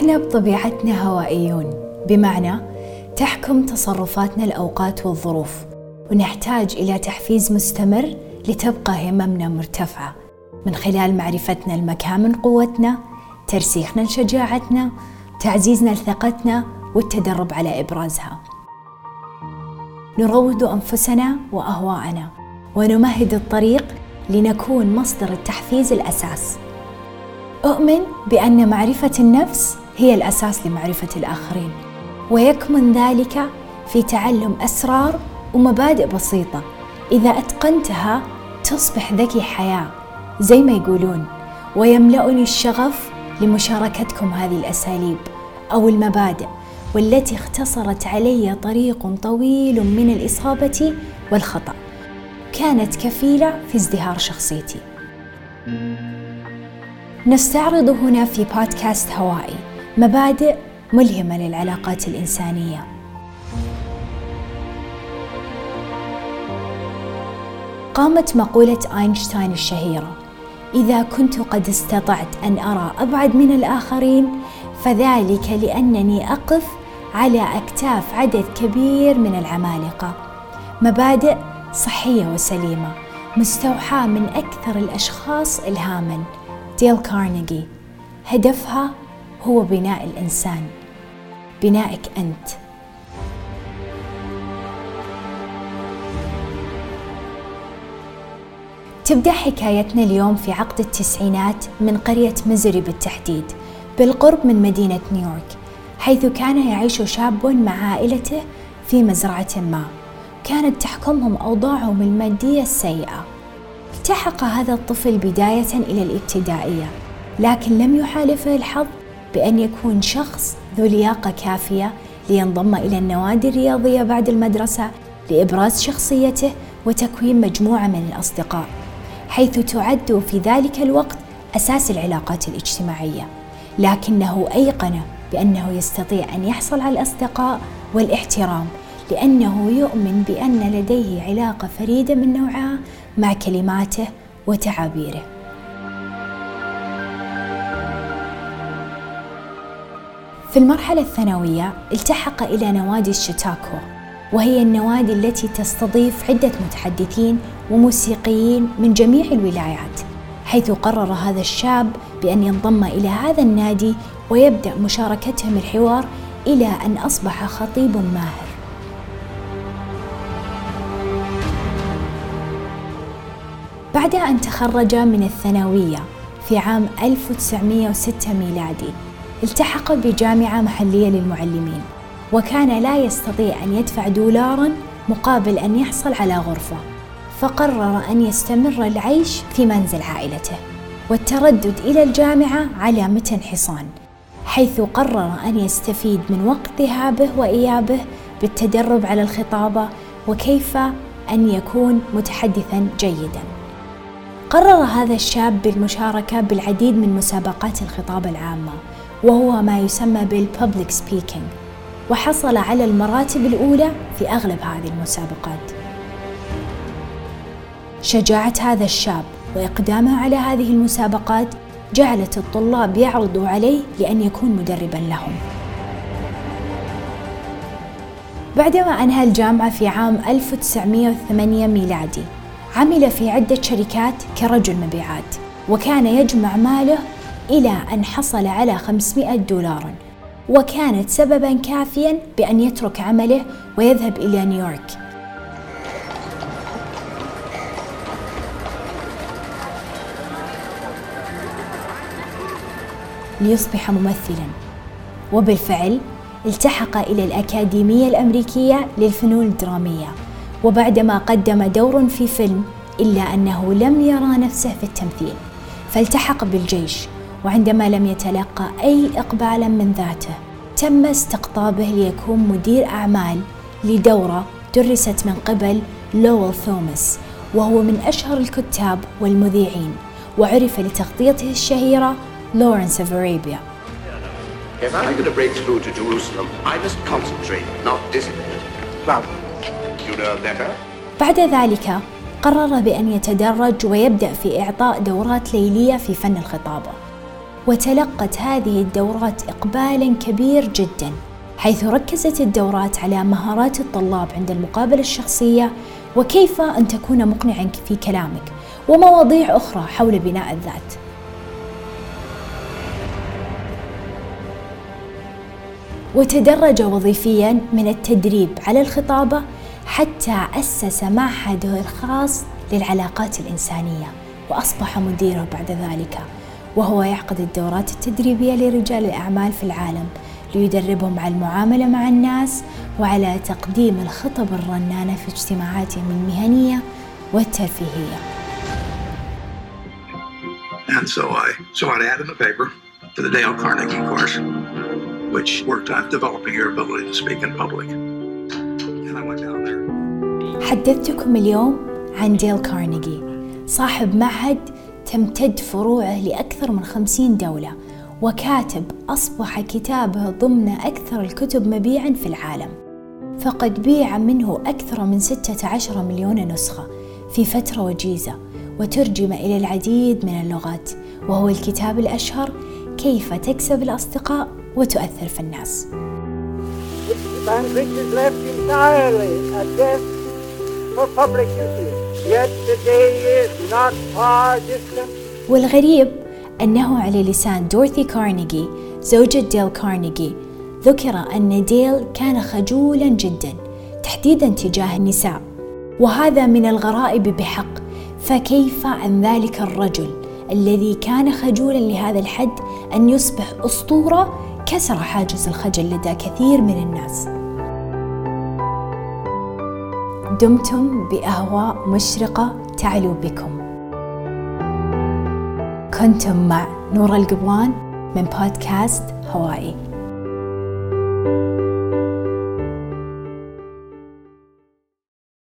إحنا بطبيعتنا هوائيون، بمعنى تحكم تصرفاتنا الأوقات والظروف، ونحتاج إلى تحفيز مستمر لتبقى هممنا مرتفعة من خلال معرفتنا المكامن قوتنا، ترسيخنا لشجاعتنا، تعزيزنا لثقتنا والتدرب على إبرازها. نروض أنفسنا وأهواءنا ونمهد الطريق لنكون مصدر التحفيز الأساس. أؤمن بأن معرفة النفس هي الأساس لمعرفة الآخرين، ويكمن ذلك في تعلم أسرار ومبادئ بسيطة إذا أتقنتها تصبح ذكي حياة زي ما يقولون. ويملأني الشغف لمشاركتكم هذه الأساليب أو المبادئ، والتي اختصرت علي طريق طويل من الإصابة والخطأ، كانت كفيلة في ازدهار شخصيتي. نستعرض هنا في بودكاست هوائي مبادئ ملهمة للعلاقات الإنسانية. قامت مقولة أينشتاين الشهيرة: إذا كنت قد استطعت أن أرى أبعد من الآخرين فذلك لأنني أقف على أكتاف عدد كبير من العمالقة. مبادئ صحية وسليمة مستوحاة من أكثر الأشخاص إلهاماً، ديل كارنيغي. هدفها هو بناء الإنسان، بنائك أنت. تبدأ حكايتنا اليوم في عقد التسعينات من قرية ميزوري بالتحديد، بالقرب من مدينة نيويورك، حيث كان يعيش شاب مع عائلته في مزرعة ما كانت تحكمهم أوضاعهم المادية السيئة. التحق هذا الطفل بداية إلى الابتدائية، لكن لم يحالفه الحظ بأن يكون شخص ذو لياقة كافية لينضم إلى النوادي الرياضية بعد المدرسة لإبراز شخصيته وتكوين مجموعة من الأصدقاء، حيث تعد في ذلك الوقت أساس العلاقات الاجتماعية. لكنه أيقن بأنه يستطيع أن يحصل على الأصدقاء والاحترام، لأنه يؤمن بأن لديه علاقة فريدة من نوعها مع كلماته وتعابيره. في المرحلة الثانوية التحق إلى نوادي الشيكاغو، وهي النوادي التي تستضيف عدة متحدثين وموسيقيين من جميع الولايات، حيث قرر هذا الشاب بأن ينضم إلى هذا النادي ويبدأ مشاركتهم الحوار إلى أن أصبح خطيب ماهر. بعد أن تخرج من الثانوية في عام 1906 ميلادي، التحق بجامعة محلية للمعلمين، وكان لا يستطيع أن يدفع $1 مقابل أن يحصل على غرفة، فقرر أن يستمر العيش في منزل عائلته والتردد إلى الجامعة على متن حصان، حيث قرر أن يستفيد من وقت ذهابه وإيابه بالتدرب على الخطابة وكيف أن يكون متحدثاً جيداً. قرر هذا الشاب بالمشاركة بالعديد من مسابقات الخطابة العامة، وهو ما يسمى بالببليك سبيكينج، وحصل على المراتب الأولى في أغلب هذه المسابقات. شجاعة هذا الشاب وإقدامه على هذه المسابقات جعلت الطلاب يعرضوا عليه لأن يكون مدرباً لهم. بعدما أنهى الجامعة في عام 1908 ميلادي، عمل في عدة شركات كرجل مبيعات، وكان يجمع ماله إلى أن حصل على $500، وكانت سبباً كافياً بأن يترك عمله ويذهب إلى نيويورك. ليصبح ممثلاً، وبالفعل التحق إلى الأكاديمية الأمريكية للفنون الدرامية، وبعدما قدم دور في فيلم إلا أنه لم يرى نفسه في التمثيل، فالتحق بالجيش، وعندما لم يتلقى أي إقبال من ذاته تم استقطابه ليكون مدير أعمال لدورة درست من قبل لويل توماس، وهو من أشهر الكتاب والمذيعين، وعرف لتغطيته الشهيرة لورنس of Arabia. If I'm going to break through to Jerusalem, I must concentrate, not dissipate. Now, you know better? بعد ذلك قرر بأن يتدرج ويبدأ في إعطاء دورات ليلية في فن الخطابة، وتلقت هذه الدورات إقبالاً كبير جداً، حيث ركزت الدورات على مهارات الطلاب عند المقابلة الشخصية، وكيف أن تكون مقنعاً في كلامك، ومواضيع أخرى حول بناء الذات. وتدرج وظيفياً من التدريب على الخطابة حتى أسس معهده الخاص للعلاقات الإنسانية، وأصبح مديره بعد ذلك، وهو يعقد الدورات التدريبية لرجال الأعمال في العالم ليدربهم على المعاملة مع الناس وعلى تقديم الخطب الرنانة في اجتماعاتهم المهنية والترفيهية. And so I added the paper to the Dale Carnegie course, which worked on developing your ability to speak in public. And I went down there. حدثتكم اليوم عن ديل كارنيجي، صاحب معهد تمتد فروعه لأكثر من 50 دولة، وكاتب أصبح كتابه ضمن أكثر الكتب مبيعاً في العالم، فقد بيع منه أكثر من 16 مليون نسخة في فترة وجيزة، وترجم إلى العديد من اللغات، وهو الكتاب الأشهر كيف تكسب الأصدقاء وتؤثر في الناس. والغريب أنه على لسان دورثي كارنيجي زوجة ديل كارنيجي ذكر أن ديل كان خجولاً جداً، تحديداً تجاه النساء، وهذا من الغرائب بحق، فكيف عن ذلك الرجل الذي كان خجولاً لهذا الحد أن يصبح أسطورة كسر حاجز الخجل لدى كثير من الناس. دمتم بأهواء مشرقة تعلو بكم. كنتم مع نور القبوان من بودكاست هوائي.